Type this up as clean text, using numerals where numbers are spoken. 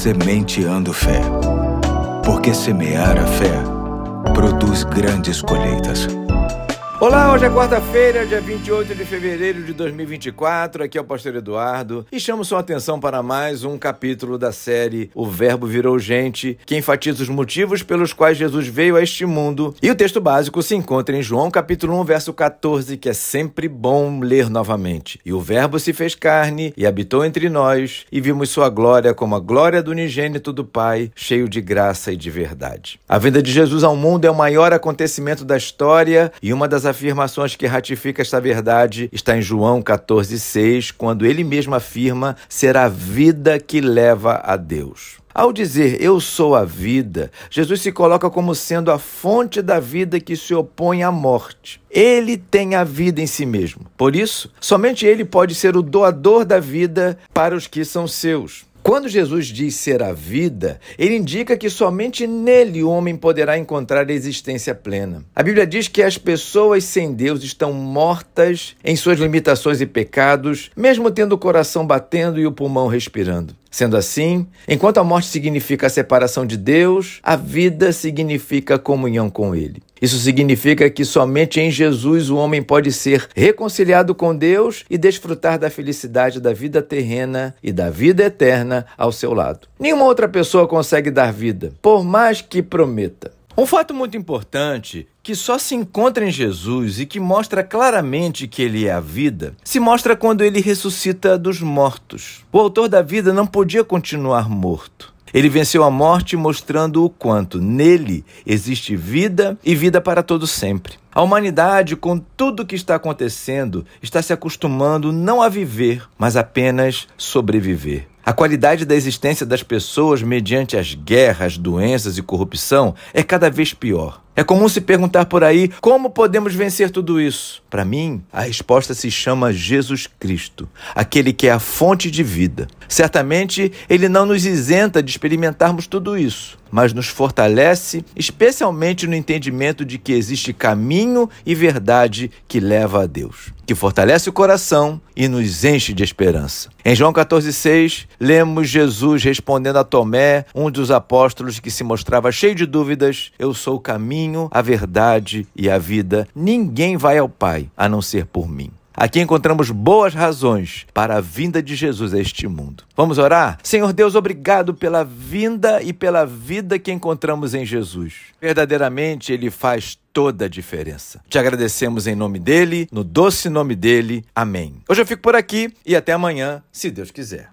Sementeando Fé. Porque semear a fé produz grandes colheitas. Olá, hoje é quarta-feira, dia 28 de fevereiro de 2024, aqui é o Pastor Eduardo e chamo sua atenção para mais um capítulo da série O Verbo Virou Gente, que enfatiza os motivos pelos quais Jesus veio a este mundo, e o texto básico se encontra em João capítulo 1, verso 14, que é sempre bom ler novamente. E o Verbo se fez carne e habitou entre nós, e vimos sua glória como a glória do unigênito do Pai, cheio de graça e de verdade. A vinda de Jesus ao mundo é o maior acontecimento da história, e uma das afirmações que ratifica esta verdade está em João 14,6, quando ele mesmo afirma ser a vida que leva a Deus. Ao dizer eu sou a vida, Jesus se coloca como sendo a fonte da vida que se opõe à morte. Ele tem a vida em si mesmo. Por isso, somente ele pode ser o doador da vida para os que são seus. Quando Jesus diz ser a vida, ele indica que somente nele o homem poderá encontrar a existência plena. A Bíblia diz que as pessoas sem Deus estão mortas em suas limitações e pecados, mesmo tendo o coração batendo e o pulmão respirando. Sendo assim, enquanto a morte significa a separação de Deus, a vida significa a comunhão com Ele. Isso significa que somente em Jesus o homem pode ser reconciliado com Deus e desfrutar da felicidade da vida terrena e da vida eterna ao seu lado. Nenhuma outra pessoa consegue dar vida, por mais que prometa. Um fato muito importante que só se encontra em Jesus e que mostra claramente que ele é a vida, se mostra quando ele ressuscita dos mortos. O autor da vida não podia continuar morto. Ele venceu a morte mostrando o quanto nele existe vida e vida para todo sempre. A humanidade, com tudo o que está acontecendo, está se acostumando não a viver, mas apenas sobreviver. A qualidade da existência das pessoas mediante as guerras, doenças e corrupção é cada vez pior. É comum se perguntar por aí como podemos vencer tudo isso. Para mim, a resposta se chama Jesus Cristo, aquele que é a fonte de vida. Certamente, ele não nos isenta de experimentarmos tudo isso, mas nos fortalece, especialmente no entendimento de que existe caminho e verdade que leva a Deus, que fortalece o coração e nos enche de esperança. Em João 14,6, lemos Jesus respondendo a Tomé, um dos apóstolos que se mostrava cheio de dúvidas: eu sou o caminho, a verdade e a vida. Ninguém vai ao Pai a não ser por mim. Aqui encontramos boas razões para a vinda de Jesus a este mundo. Vamos orar? Senhor Deus, obrigado pela vinda e pela vida que encontramos em Jesus. Verdadeiramente, Ele faz toda a diferença. Te agradecemos em nome dEle, no doce nome dEle. Amém. Hoje eu fico por aqui e até amanhã, se Deus quiser.